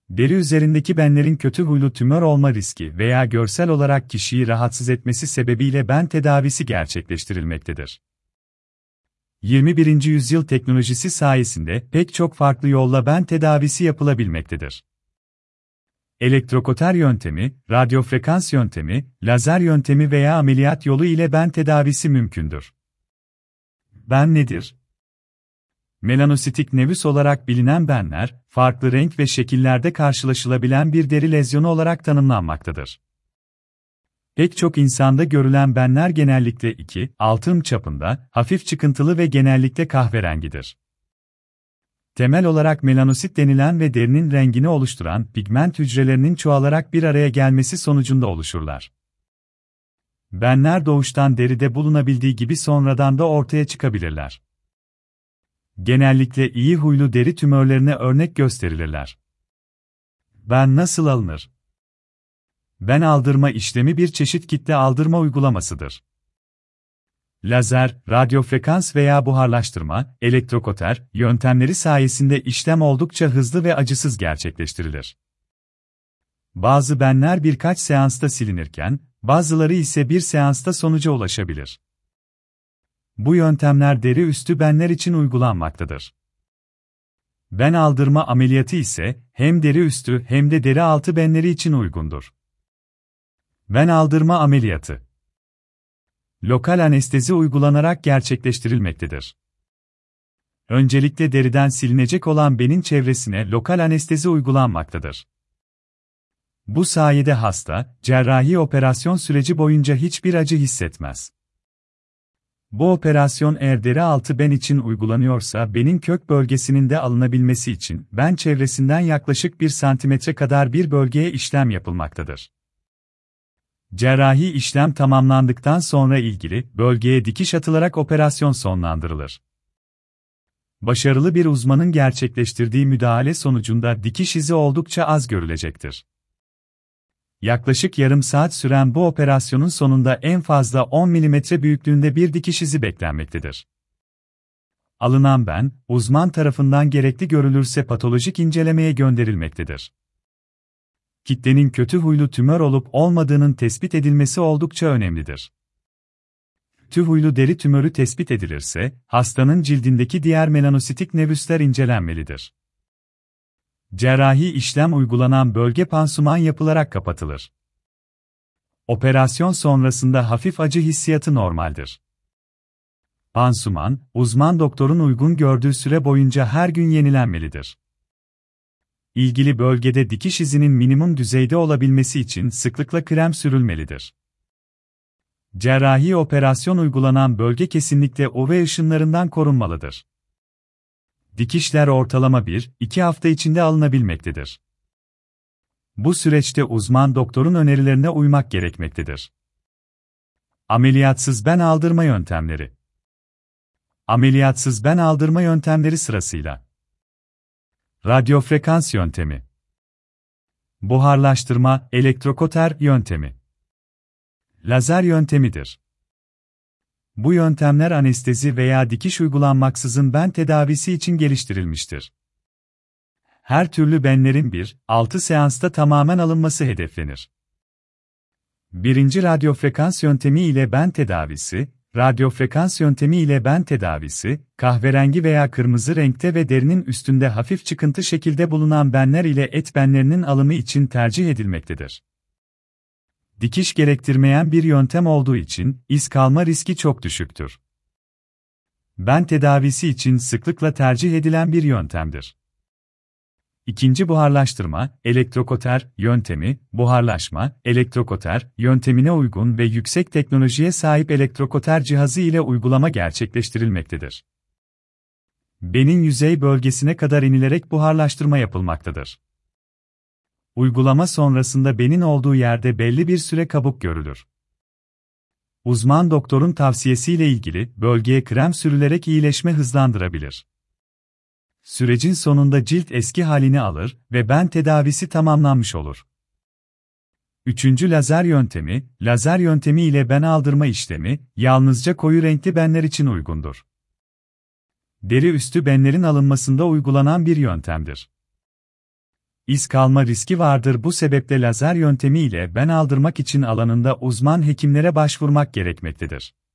Deri üzerindeki benlerin kötü huylu tümör olma riski veya görsel olarak kişiyi rahatsız etmesi sebebiyle ben tedavisi gerçekleştirilmektedir. 21. yüzyıl teknolojisi sayesinde pek çok farklı yolla ben tedavisi yapılabilmektedir. Elektrokoter yöntemi, radyofrekans yöntemi, lazer yöntemi veya ameliyat yolu ile ben tedavisi mümkündür. Ben nedir? Melanositik nevüs olarak bilinen benler, farklı renk ve şekillerde karşılaşılabilen bir deri lezyonu olarak tanımlanmaktadır. Pek çok insanda görülen benler genellikle 2-6 çapında, hafif çıkıntılı ve genellikle kahverengidir. Temel olarak melanosit denilen ve derinin rengini oluşturan pigment hücrelerinin çoğalarak bir araya gelmesi sonucunda oluşurlar. Benler doğuştan deride bulunabildiği gibi sonradan da ortaya çıkabilirler. Genellikle iyi huylu deri tümörlerine örnek gösterilirler. Ben nasıl alınır? Ben aldırma işlemi bir çeşit kitle aldırma uygulamasıdır. Lazer, radyofrekans veya buharlaştırma, elektrokoter yöntemleri sayesinde işlem oldukça hızlı ve acısız gerçekleştirilir. Bazı benler birkaç seansta silinirken, bazıları ise bir seansta sonuca ulaşabilir. Bu yöntemler deri üstü benler için uygulanmaktadır. Ben aldırma ameliyatı ise hem deri üstü hem de deri altı benleri için uygundur. Ben aldırma ameliyatı lokal anestezi uygulanarak gerçekleştirilmektedir. Öncelikle deriden silinecek olan benin çevresine lokal anestezi uygulanmaktadır. Bu sayede hasta, cerrahi operasyon süreci boyunca hiçbir acı hissetmez. Bu operasyon eğer deri altı ben için uygulanıyorsa benin kök bölgesinin de alınabilmesi için ben çevresinden yaklaşık 1 santimetre kadar bir bölgeye işlem yapılmaktadır. Cerrahi işlem tamamlandıktan sonra ilgili bölgeye dikiş atılarak operasyon sonlandırılır. Başarılı bir uzmanın gerçekleştirdiği müdahale sonucunda dikiş izi oldukça az görülecektir. Yaklaşık yarım saat süren bu operasyonun sonunda en fazla 10 mm büyüklüğünde bir dikiş izi beklenmektedir. Alınan ben, uzman tarafından gerekli görülürse patolojik incelemeye gönderilmektedir. Kitlenin kötü huylu tümör olup olmadığının tespit edilmesi oldukça önemlidir. Kötü huylu deri tümörü tespit edilirse, hastanın cildindeki diğer melanositik nevüsler incelenmelidir. Cerrahi işlem uygulanan bölge pansuman yapılarak kapatılır. Operasyon sonrasında hafif acı hissiyatı normaldir. Pansuman, uzman doktorun uygun gördüğü süre boyunca her gün yenilenmelidir. İlgili bölgede dikiş izinin minimum düzeyde olabilmesi için sıklıkla krem sürülmelidir. Cerrahi operasyon uygulanan bölge kesinlikle UV ışınlarından korunmalıdır. Dikişler ortalama 1-2 hafta içinde alınabilmektedir. Bu süreçte uzman doktorun önerilerine uymak gerekmektedir. Ameliyatsız ben aldırma yöntemleri. Ameliyatsız ben aldırma yöntemleri sırasıyla: radyofrekans yöntemi, buharlaştırma, elektrokoter yöntemi, lazer yöntemidir. Bu yöntemler anestezi veya dikiş uygulanmaksızın ben tedavisi için geliştirilmiştir. Her türlü benlerin 1-6 seansta tamamen alınması hedeflenir. 1. Radyofrekans yöntemi ile ben tedavisi. Radyofrekans yöntemi ile ben tedavisi, kahverengi veya kırmızı renkte ve derinin üstünde hafif çıkıntı şekilde bulunan benler ile et benlerinin alımı için tercih edilmektedir. Dikiş gerektirmeyen bir yöntem olduğu için iz kalma riski çok düşüktür. Ben tedavisi için sıklıkla tercih edilen bir yöntemdir. 2. Buharlaştırma, elektrokoter yöntemi, buharlaşma, elektrokoter yöntemine uygun ve yüksek teknolojiye sahip elektrokoter cihazı ile uygulama gerçekleştirilmektedir. Benin yüzey bölgesine kadar inilerek buharlaştırma yapılmaktadır. Uygulama sonrasında benin olduğu yerde belli bir süre kabuk görülür. Uzman doktorun tavsiyesiyle ilgili bölgeye krem sürülerek iyileşme hızlandırabilir. Sürecin sonunda cilt eski halini alır ve ben tedavisi tamamlanmış olur. 3. Lazer yöntemi, lazer yöntemi ile ben aldırma işlemi, yalnızca koyu renkli benler için uygundur. Deri üstü benlerin alınmasında uygulanan bir yöntemdir. İz kalma riski vardır, bu sebeple lazer yöntemiyle ben aldırmak için alanında uzman hekimlere başvurmak gerekmektedir.